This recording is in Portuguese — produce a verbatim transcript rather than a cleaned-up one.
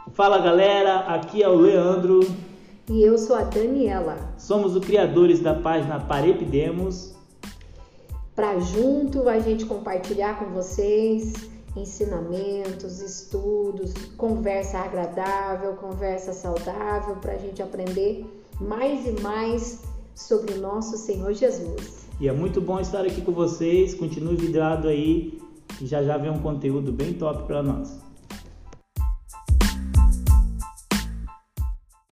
Fala galera, aqui é o Leandro. E eu sou a Daniela. Somos os criadores da página Parepidemos. Para junto a gente compartilhar com vocês ensinamentos, estudos, conversa agradável, conversa saudável, para a gente aprender mais e mais sobre o nosso Senhor Jesus. E é muito bom estar aqui com vocês. Continue vidrado aí, que já já vem um conteúdo bem top para nós.